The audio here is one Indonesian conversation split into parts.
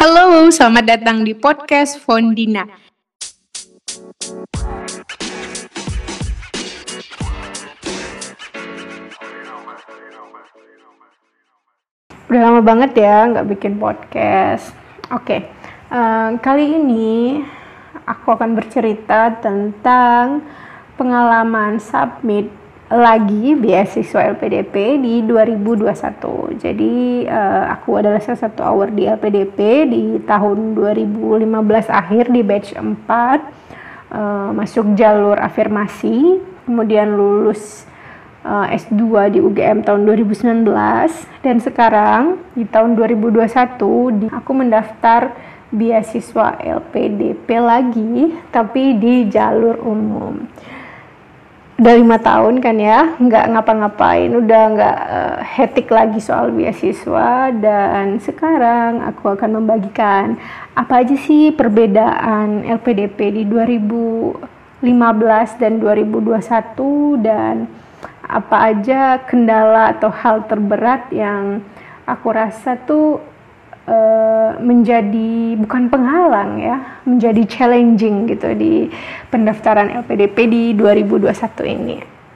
Halo, selamat datang di podcast Fondina. Udah lama banget ya nggak bikin podcast. Oke, kali ini aku akan bercerita tentang pengalaman submit lagi beasiswa LPDP di 2021. Jadi aku adalah salah satu award di LPDP di tahun 2015 akhir di batch 4, masuk jalur afirmasi, kemudian lulus S2 di UGM tahun 2019, dan sekarang di tahun 2021 aku mendaftar beasiswa LPDP lagi, tapi di jalur umum. Udah 5 tahun kan ya, nggak ngapa-ngapain, udah nggak hektik lagi soal beasiswa, dan sekarang aku akan membagikan apa aja sih perbedaan LPDP di 2015 dan 2021, dan apa aja kendala atau hal terberat yang aku rasa tuh menjadi bukan penghalang ya, menjadi challenging gitu di pendaftaran LPDP di 2021 ini.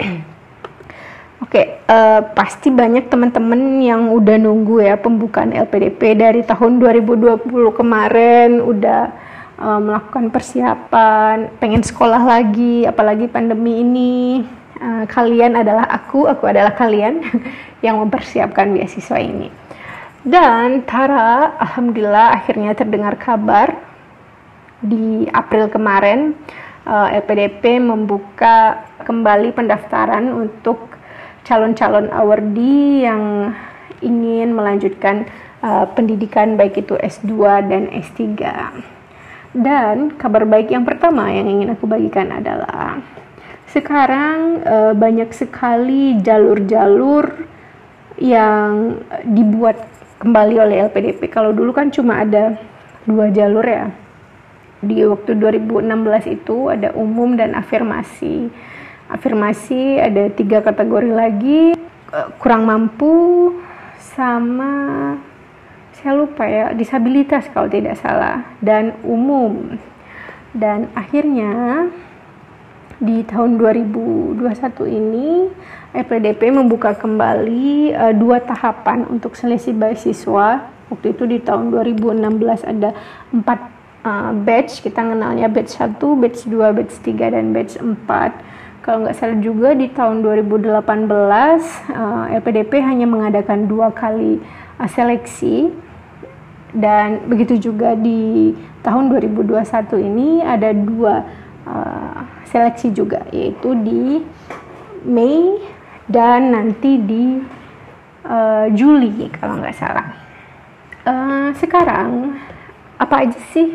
Oke, pasti banyak teman-teman yang udah nunggu ya pembukaan LPDP dari tahun 2020 kemarin, udah melakukan persiapan, pengen sekolah lagi, apalagi pandemi ini. Kalian adalah aku adalah kalian yang mempersiapkan beasiswa ini. Dan Tara, alhamdulillah akhirnya terdengar kabar di April kemarin, LPDP membuka kembali pendaftaran untuk calon-calon awardee yang ingin melanjutkan pendidikan baik itu S2 dan S3. Dan kabar baik yang pertama yang ingin aku bagikan adalah sekarang banyak sekali jalur-jalur yang dibuat kembali oleh LPDP. Kalau dulu kan cuma ada 2 jalur ya. Di waktu 2016 itu ada umum dan afirmasi. Afirmasi ada 3 kategori lagi, kurang mampu sama saya lupa ya, disabilitas kalau tidak salah, dan umum. Dan akhirnya di tahun 2021 ini LPDP membuka kembali 2 tahapan untuk seleksi beasiswa. Waktu itu di tahun 2016 ada 4 batch, kita kenalnya batch 1, batch 2, batch 3, dan batch 4. Kalau nggak salah juga di tahun 2018 LPDP hanya mengadakan 2 kali seleksi, dan begitu juga di tahun 2021 ini ada 2 seleksi juga, yaitu di Mei dan nanti di Juli kalau nggak salah. Sekarang apa aja sih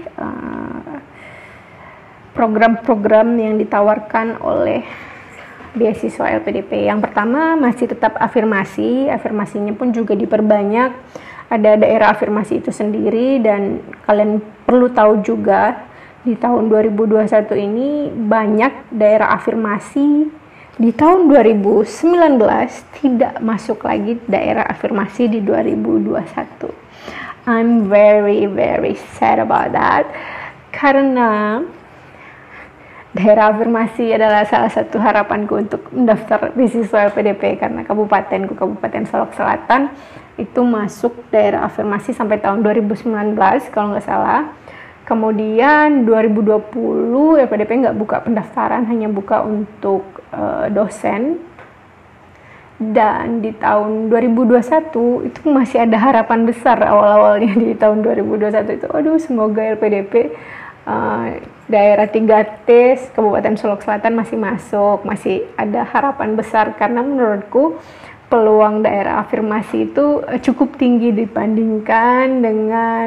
program-program yang ditawarkan oleh beasiswa LPDP? Yang pertama masih tetap afirmasi, afirmasinya pun juga diperbanyak. Ada daerah afirmasi itu sendiri, dan kalian perlu tahu juga di tahun 2021 ini banyak daerah afirmasi. Di tahun 2019 tidak masuk lagi daerah afirmasi di 2021. I'm very sad about that, karena daerah afirmasi adalah salah satu harapanku untuk mendaftar beasiswa LPDP, karena kabupatenku, Kabupaten Solok Selatan, itu masuk daerah afirmasi sampai tahun 2019 kalau nggak salah. Kemudian 2020 LPDP nggak buka pendaftaran, hanya buka untuk dosen. Dan di tahun 2021 itu masih ada harapan besar awal-awalnya di tahun 2021 itu. Aduh, semoga LPDP daerah 3T Kabupaten Solok Selatan masih masuk, masih ada harapan besar, karena menurutku peluang daerah afirmasi itu cukup tinggi dibandingkan dengan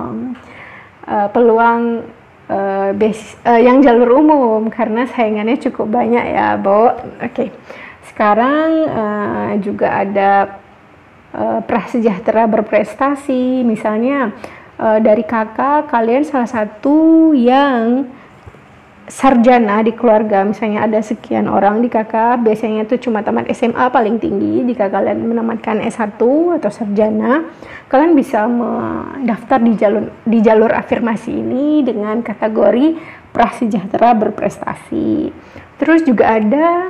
peluang yang jalur umum, karena saingannya cukup banyak ya, Bo. Oke. Sekarang juga ada prasejahtera berprestasi, misalnya dari kakak kalian salah satu yang sarjana di keluarga, misalnya ada sekian orang di kakak, biasanya itu cuma tamat SMA paling tinggi. Jika kalian menamatkan S1 atau sarjana, kalian bisa mendaftar di jalur afirmasi ini dengan kategori prasejahtera berprestasi. Terus juga ada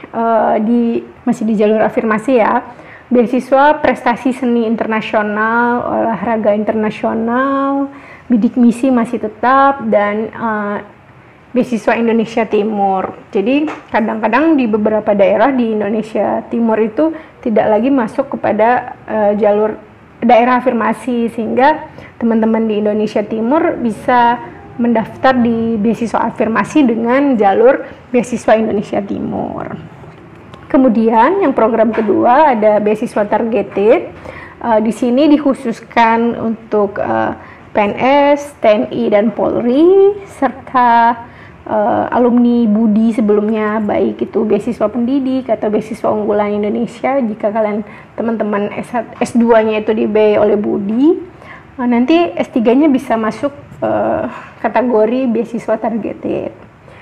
masih di jalur afirmasi ya, beasiswa prestasi seni internasional, olahraga internasional, bidik misi masih tetap, dan beasiswa Indonesia Timur. Jadi kadang-kadang di beberapa daerah di Indonesia Timur itu tidak lagi masuk kepada jalur daerah afirmasi, sehingga teman-teman di Indonesia Timur bisa mendaftar di beasiswa afirmasi dengan jalur beasiswa Indonesia Timur. Kemudian yang program kedua ada beasiswa targeted. Di sini dikhususkan untuk PNS, TNI dan Polri, serta alumni BUDI sebelumnya, baik itu beasiswa pendidik atau beasiswa unggulan Indonesia. Jika kalian teman-teman S2-nya itu dibiayai oleh BUDI, nanti S3-nya bisa masuk kategori beasiswa targeted.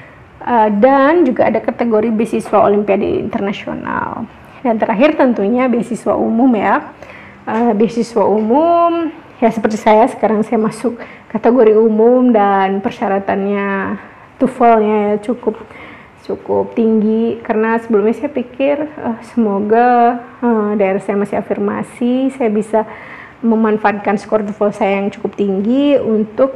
Dan juga ada kategori beasiswa Olimpiade Internasional. Dan terakhir tentunya beasiswa umum ya. Beasiswa umum ya, seperti saya sekarang saya masuk kategori umum dan persyaratannya TOEFL-nya cukup tinggi, karena sebelumnya saya pikir semoga daerah saya masih afirmasi, saya bisa memanfaatkan skor TOEFL saya yang cukup tinggi untuk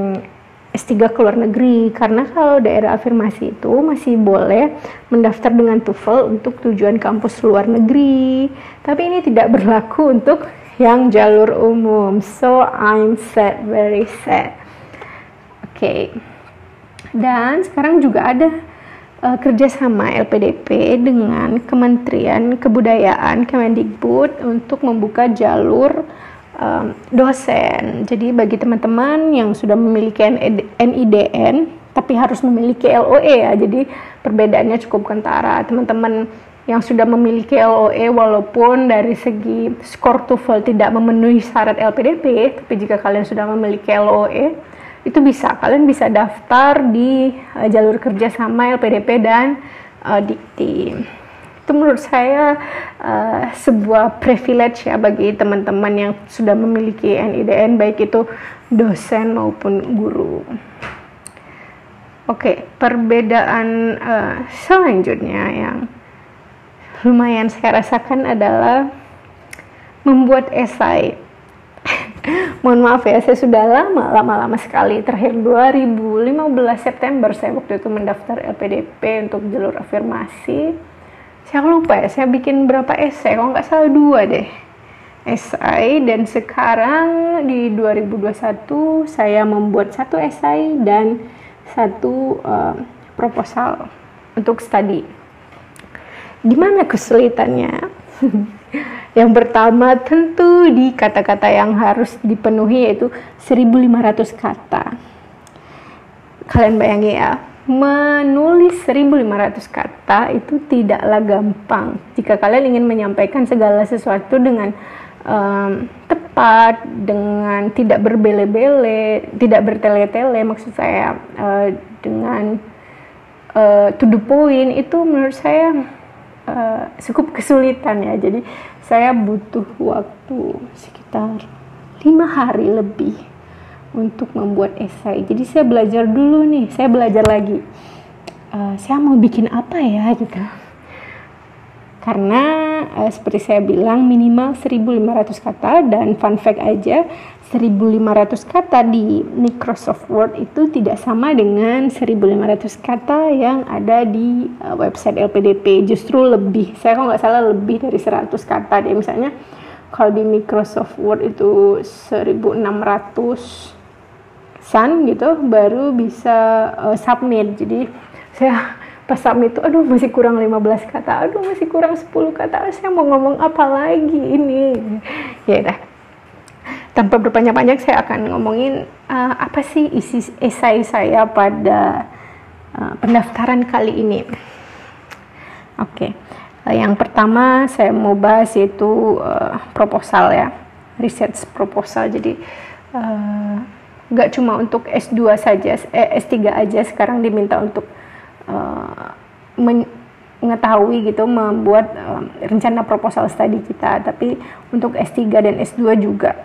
S3 ke luar negeri, karena kalau daerah afirmasi itu masih boleh mendaftar dengan TOEFL untuk tujuan kampus luar negeri, tapi ini tidak berlaku untuk yang jalur umum. So I'm sad, very sad. Oke. Dan sekarang juga ada kerjasama LPDP dengan Kementerian Kebudayaan Kemendikbud untuk membuka jalur dosen. Jadi bagi teman-teman yang sudah memiliki NIDN tapi harus memiliki LOE ya, jadi perbedaannya cukup kentara. Teman-teman yang sudah memiliki LOE walaupun dari segi skor TOEFL tidak memenuhi syarat LPDP, tapi jika kalian sudah memiliki LOE itu kalian bisa daftar di jalur kerjasama LPDP dan Dikti. Itu menurut saya sebuah privilege ya bagi teman-teman yang sudah memiliki NIDN, baik itu dosen maupun guru. Oke, perbedaan selanjutnya yang lumayan saya rasakan adalah membuat esai. Mohon maaf ya, saya sudah lama sekali, terakhir 2015 September saya waktu itu mendaftar LPDP untuk jalur afirmasi. Saya lupa ya, saya bikin berapa esai, kalau nggak salah 2 deh esai, dan sekarang di 2021 saya membuat 1 esai dan 1 proposal untuk studi. Gimana kesulitannya? Yang pertama tentu di kata-kata yang harus dipenuhi, yaitu 1500 kata. Kalian bayangin ya, menulis 1500 kata itu tidaklah gampang. Jika kalian ingin menyampaikan segala sesuatu dengan tepat, dengan tidak berbele-bele, tidak bertele-tele, maksud saya dengan to the point, itu menurut saya cukup kesulitan ya. Jadi saya butuh waktu sekitar 5 hari lebih untuk membuat esai. Jadi saya belajar dulu nih, saya belajar lagi. Saya mau bikin apa ya gitu. Karena seperti saya bilang minimal 1500 kata, dan fun fact aja, 1500 kata di Microsoft Word itu tidak sama dengan 1500 kata yang ada di website LPDP, justru lebih. Saya kalau nggak salah lebih dari 100 kata deh. Misalnya kalau di Microsoft Word itu 1600-an gitu baru bisa submit. Jadi saya pas submit itu, aduh masih kurang 15 kata, aduh masih kurang 10 kata, saya mau ngomong apa lagi ini. Ya udah, tanpa berpanjang-panjang saya akan ngomongin apa sih isi esai saya pada pendaftaran kali ini. Oke. Yang pertama saya mau bahas yaitu proposal ya, research proposal. Jadi nggak cuma untuk S2 saja, S3 aja sekarang diminta untuk mengetahui gitu, membuat rencana proposal studi kita, tapi untuk S3 dan S2 juga.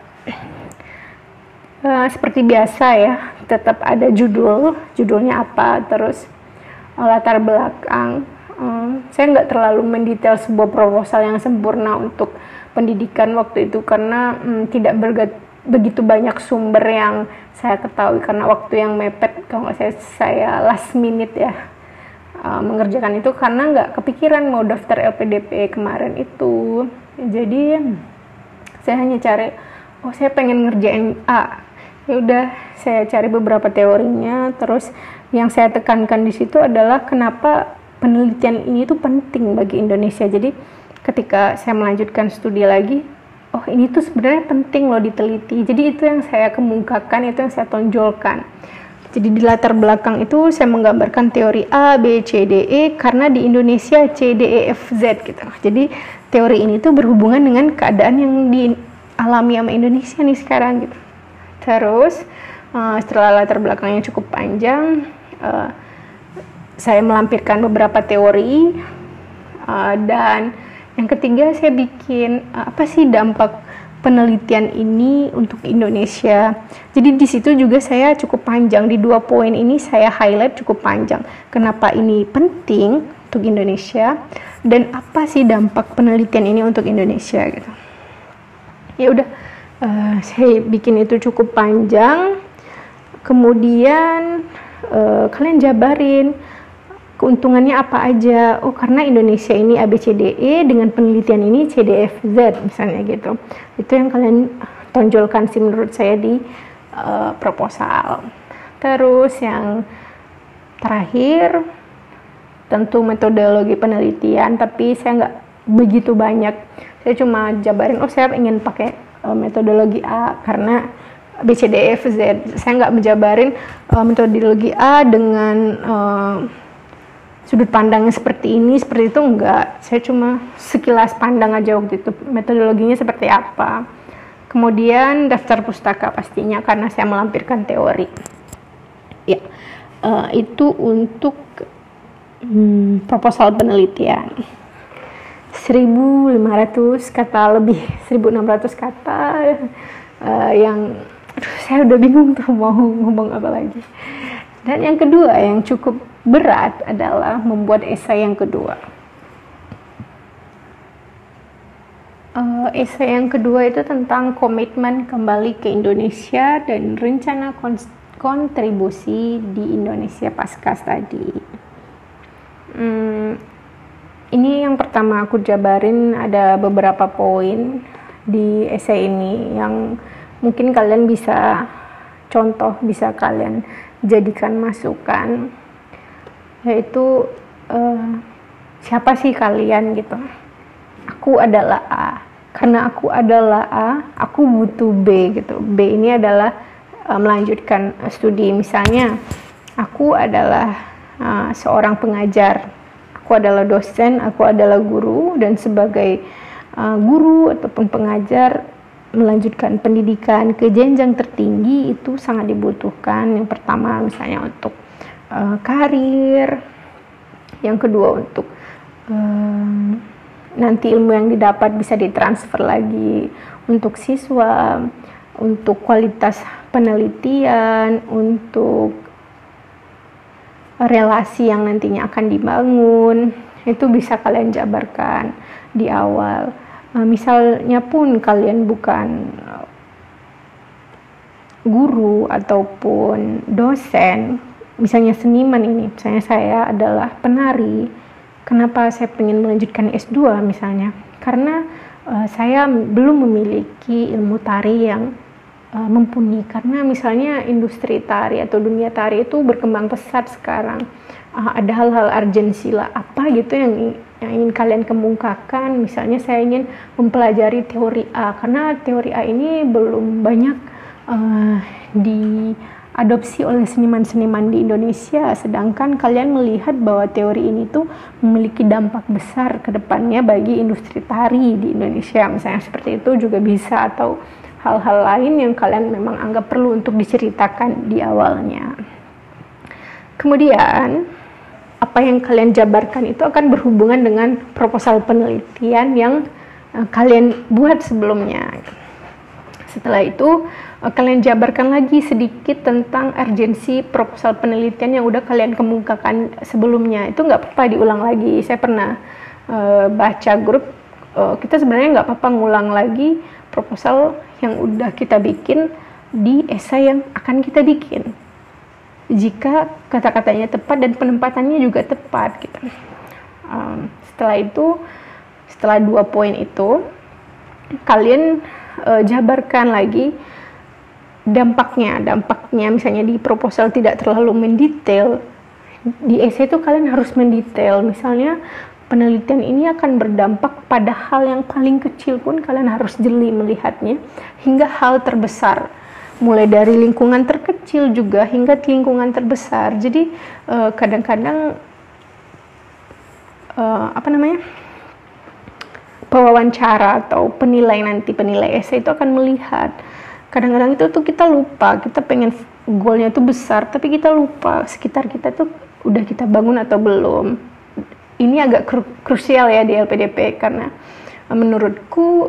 Seperti biasa ya, tetap ada judulnya apa, terus latar belakang. Saya nggak terlalu mendetail sebuah proposal yang sempurna untuk pendidikan waktu itu, karena tidak begitu banyak sumber yang saya ketahui, karena waktu yang mepet. Kalau saya last minute ya mengerjakan itu, karena nggak kepikiran mau daftar LPDP kemarin itu. Jadi saya hanya cari, saya pengen ngerjain A, ya udah saya cari beberapa teorinya. Terus yang saya tekankan di situ adalah kenapa penelitian ini tuh penting bagi Indonesia. Jadi ketika saya melanjutkan studi lagi, ini tuh sebenarnya penting loh diteliti. Jadi itu yang saya kemukakan, itu yang saya tonjolkan. Jadi di latar belakang itu saya menggambarkan teori A, B, C, D, E, karena di Indonesia C, D, E, F, Z gitu. Jadi teori ini tuh berhubungan dengan keadaan yang dialami sama Indonesia nih sekarang gitu. Terus setelah latar belakangnya cukup panjang, saya melampirkan beberapa teori, dan yang ketiga saya bikin apa sih dampak penelitian ini untuk Indonesia. Jadi di situ juga saya cukup panjang, di 2 poin ini saya highlight cukup panjang. Kenapa ini penting untuk Indonesia dan apa sih dampak penelitian ini untuk Indonesia gitu. Ya udah, saya bikin itu cukup panjang. Kemudian kalian jabarin keuntungannya apa aja. Karena Indonesia ini ABCDE, dengan penelitian ini CDFZ misalnya gitu. Itu yang kalian tonjolkan sih menurut saya di proposal. Terus yang terakhir tentu metodologi penelitian, tapi saya nggak begitu banyak. Saya cuma jabarin, saya ingin pakai metodologi A karena BCDFZ. Saya nggak menjabarin metodologi A dengan sudut pandangnya seperti ini, seperti itu, enggak. Saya cuma sekilas pandang aja waktu itu metodologinya seperti apa. Kemudian daftar pustaka pastinya karena saya melampirkan teori. Ya, itu untuk proposal penelitian. 1.500 kata lebih, 1.600 kata, yang saya udah bingung tuh mau ngomong apa lagi. Dan yang kedua yang cukup berat adalah membuat esai yang kedua. Esai yang kedua itu tentang komitmen kembali ke Indonesia dan rencana kontribusi di Indonesia pasca studi. Ini yang pertama aku jabarin, ada beberapa poin di esai ini yang mungkin kalian bisa contoh, bisa kalian jadikan masukan, yaitu siapa sih kalian gitu. Aku adalah A, karena aku adalah A, aku butuh B gitu. B ini adalah melanjutkan studi. Misalnya aku adalah seorang pengajar, aku adalah dosen, aku adalah guru, dan sebagai guru ataupun pengajar melanjutkan pendidikan ke jenjang tertinggi itu sangat dibutuhkan. Yang pertama misalnya untuk karir, yang kedua untuk nanti ilmu yang didapat bisa ditransfer lagi untuk siswa, untuk kualitas penelitian, untuk relasi yang nantinya akan dibangun. Itu bisa kalian jabarkan di awal. Misalnya pun kalian bukan guru ataupun dosen, misalnya seniman ini, misalnya saya adalah penari. Kenapa saya ingin melanjutkan S2 misalnya? Karena saya belum memiliki ilmu tari yang mumpuni, karena misalnya industri tari atau dunia tari itu berkembang pesat sekarang. Ada hal-hal urgensi lah apa gitu yang ingin kalian kemukakan. Misalnya saya ingin mempelajari teori A karena teori A ini belum banyak diadopsi oleh seniman-seniman di Indonesia, sedangkan kalian melihat bahwa teori ini tuh memiliki dampak besar ke depannya bagi industri tari di Indonesia, misalnya seperti itu juga bisa. Atau hal-hal lain yang kalian memang anggap perlu untuk diceritakan di awalnya. Kemudian apa yang kalian jabarkan itu akan berhubungan dengan proposal penelitian yang kalian buat sebelumnya. Setelah itu kalian jabarkan lagi sedikit tentang urgensi proposal penelitian yang udah kalian kemukakan sebelumnya. Itu nggak apa-apa diulang lagi. Saya pernah baca grup, kita sebenarnya nggak apa-apa ngulang lagi proposal yang udah kita bikin di esai yang akan kita bikin, jika kata-katanya tepat dan penempatannya juga tepat gitu. Setelah itu, setelah 2 poin itu, kalian jabarkan lagi dampaknya misalnya di proposal tidak terlalu mendetail. Di esai itu kalian harus mendetail, misalnya penelitian ini akan berdampak pada hal yang paling kecil pun kalian harus jeli melihatnya, hingga hal terbesar, mulai dari lingkungan terkecil juga hingga lingkungan terbesar. Jadi kadang-kadang pewawancara atau penilai esai itu akan melihat, kadang-kadang itu tuh kita lupa, kita pengen goalnya itu besar tapi kita lupa sekitar kita tuh udah kita bangun atau belum. Ini agak krusial ya di LPDP, karena menurutku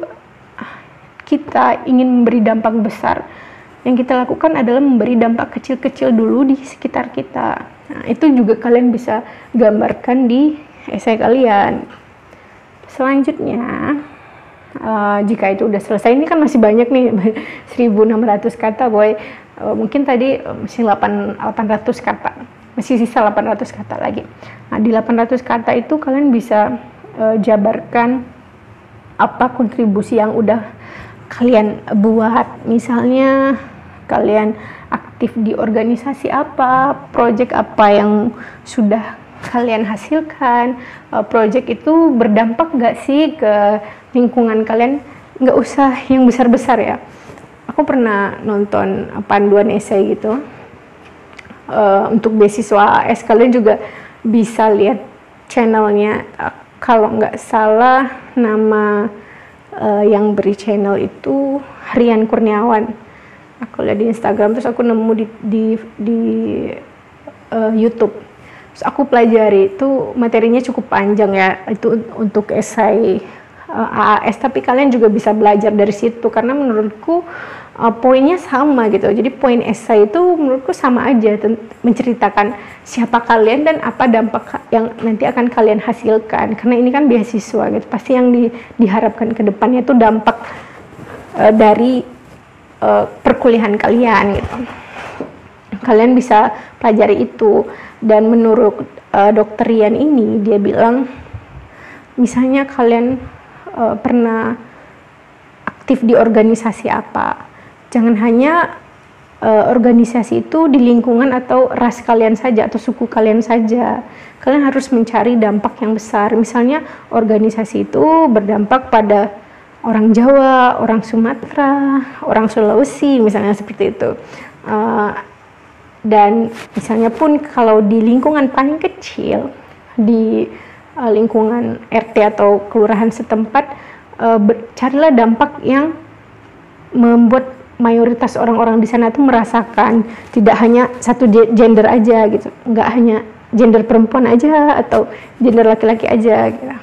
kita ingin memberi dampak besar, yang kita lakukan adalah memberi dampak kecil-kecil dulu di sekitar kita. Nah, itu juga kalian bisa gambarkan di esai kalian. Selanjutnya, jika itu udah selesai, ini kan masih banyak nih, 1600 kata boy. Mungkin tadi masih 800 kata, masih sisa 800 kata lagi. Nah, di 800 kata itu kalian bisa jabarkan apa kontribusi yang udah kalian buat. Misalnya kalian aktif di organisasi apa, project apa yang sudah kalian hasilkan, project itu berdampak nggak sih ke lingkungan kalian. Nggak usah yang besar-besar ya. Aku pernah nonton panduan esai gitu, untuk beasiswa AS. Kalian juga bisa lihat channelnya, kalau nggak salah nama yang beri channel itu Rian Kurniawan. Aku lihat di Instagram, terus aku nemu di YouTube. Terus aku pelajari, itu materinya cukup panjang ya, itu untuk esai AAS, tapi kalian juga bisa belajar dari situ, karena menurutku poinnya sama gitu. Jadi poin esai itu menurutku sama aja, menceritakan siapa kalian dan apa dampak yang nanti akan kalian hasilkan, karena ini kan beasiswa gitu, pasti yang diharapkan ke depannya itu dampak dari perkuliahan kalian gitu. Kalian bisa pelajari itu. Dan menurut Dr. Rian ini, dia bilang misalnya kalian pernah aktif di organisasi apa, jangan hanya organisasi itu di lingkungan atau ras kalian saja atau suku kalian saja. Kalian harus mencari dampak yang besar. Misalnya organisasi itu berdampak pada orang Jawa, orang Sumatera, orang Sulawesi, misalnya seperti itu. Dan misalnya pun kalau di lingkungan paling kecil, di lingkungan RT atau kelurahan setempat, carilah dampak yang membuat mayoritas orang-orang di sana itu merasakan, tidak hanya satu gender aja gitu, nggak hanya gender perempuan aja atau gender laki-laki aja gitu.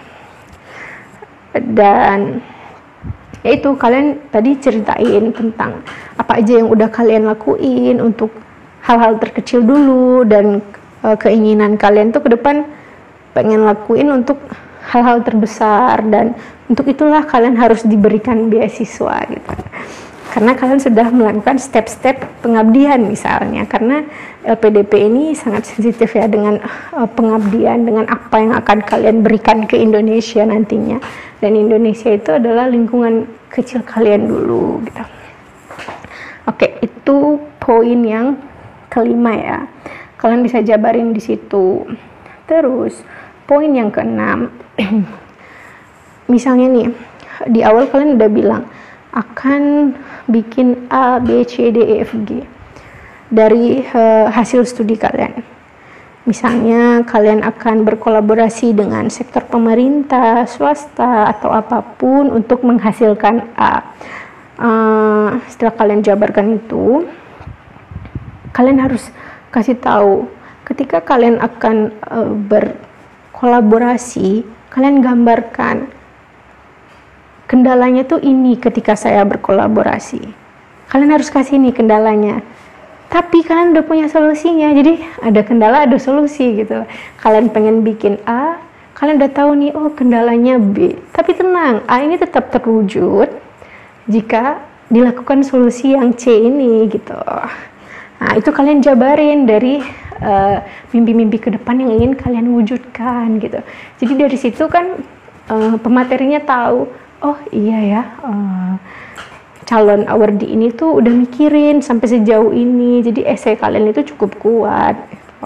Dan yaitu kalian tadi ceritain tentang apa aja yang udah kalian lakuin untuk hal-hal terkecil dulu, dan keinginan kalian tuh ke depan pengen lakuin untuk hal-hal terbesar, dan untuk itulah kalian harus diberikan beasiswa gitu. Karena kalian sudah melakukan step-step pengabdian misalnya, karena LPDP ini sangat sensitif ya dengan pengabdian, dengan apa yang akan kalian berikan ke Indonesia nantinya. Dan Indonesia itu adalah lingkungan kecil kalian dulu gitu. Oke, itu poin yang kelima ya, kalian bisa jabarin di situ. Terus poin yang keenam, misalnya nih di awal kalian udah bilang akan bikin A, B, C, D, E, F, G dari hasil studi kalian. Misalnya kalian akan berkolaborasi dengan sektor pemerintah, swasta, atau apapun untuk menghasilkan A. setelah kalian jabarkan itu, kalian harus kasih tahu ketika kalian akan berkolaborasi, kalian gambarkan kendalanya tuh ini ketika saya berkolaborasi. Kalian harus kasih nih kendalanya. Tapi kalian udah punya solusinya. Jadi ada kendala, ada solusi gitu. Kalian pengen bikin A, kalian udah tahu nih, oh kendalanya B. Tapi tenang, A ini tetap terwujud jika dilakukan solusi yang C ini gitu. Nah, itu kalian jabarin dari mimpi-mimpi ke depan yang ingin kalian wujudkan gitu. Jadi dari situ kan pematerinya tahu, oh iya ya, calon awardee ini tuh udah mikirin sampai sejauh ini. Jadi esai kalian itu cukup kuat gitu.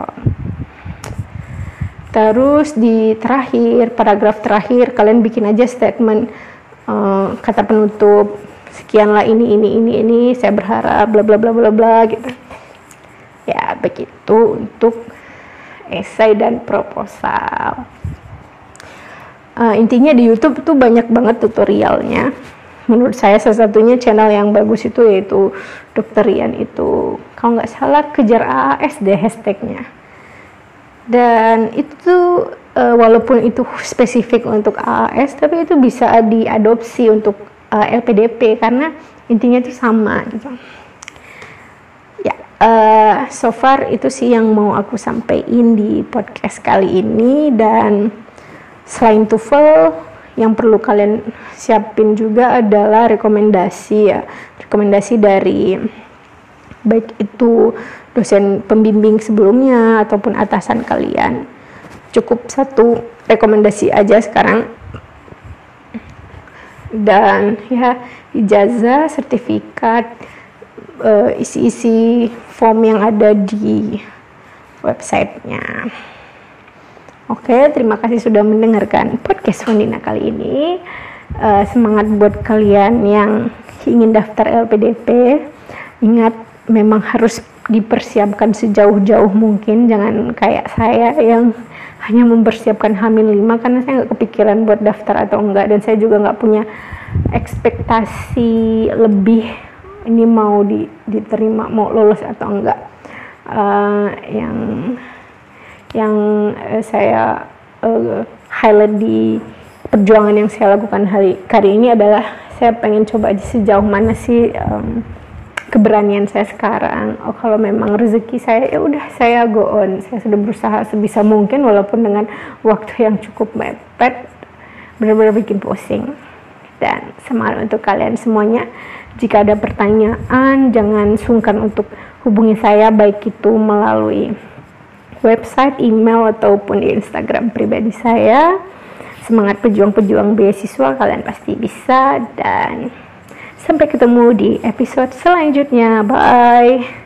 Terus di terakhir, paragraf terakhir, kalian bikin aja statement kata penutup, sekianlah ini, saya berharap bla bla bla bla bla gitu. Ya, begitu untuk esai dan proposal. Intinya di YouTube tuh banyak banget tutorialnya. Menurut saya salah satunya channel yang bagus itu yaitu Dr. Rian itu. Kalau nggak salah kejar AAS deh hashtagnya. Dan itu walaupun itu spesifik untuk AAS, tapi itu bisa diadopsi untuk LPDP karena intinya itu sama gitu. So far itu sih yang mau aku sampaikan di podcast kali ini. Dan selain TOEFL, yang perlu kalian siapin juga adalah rekomendasi dari baik itu dosen pembimbing sebelumnya ataupun atasan kalian. Cukup satu rekomendasi aja sekarang. Dan ya, ijazah, sertifikat, isi-isi form yang ada di websitenya. Oke, terima kasih sudah mendengarkan podcast Fundina kali ini. Semangat buat kalian yang ingin daftar LPDP. Ingat, memang harus dipersiapkan sejauh-jauh mungkin. Jangan kayak saya yang hanya mempersiapkan H-5 karena saya nggak kepikiran buat daftar atau enggak. Dan saya juga nggak punya ekspektasi lebih ini mau diterima, mau lolos atau enggak. Yang saya highlight di perjuangan yang saya lakukan hari ini adalah saya pengen coba aja sejauh mana sih keberanian saya sekarang. Oh, kalau memang rezeki saya, ya udah saya go on. Saya sudah berusaha sebisa mungkin walaupun dengan waktu yang cukup mepet, benar-benar bikin pusing. Dan semangat untuk kalian semuanya. Jika ada pertanyaan, jangan sungkan untuk hubungi saya, baik itu melalui website, email, ataupun di Instagram pribadi saya. Semangat pejuang-pejuang beasiswa, kalian pasti bisa. Dan sampai ketemu di episode selanjutnya. Bye.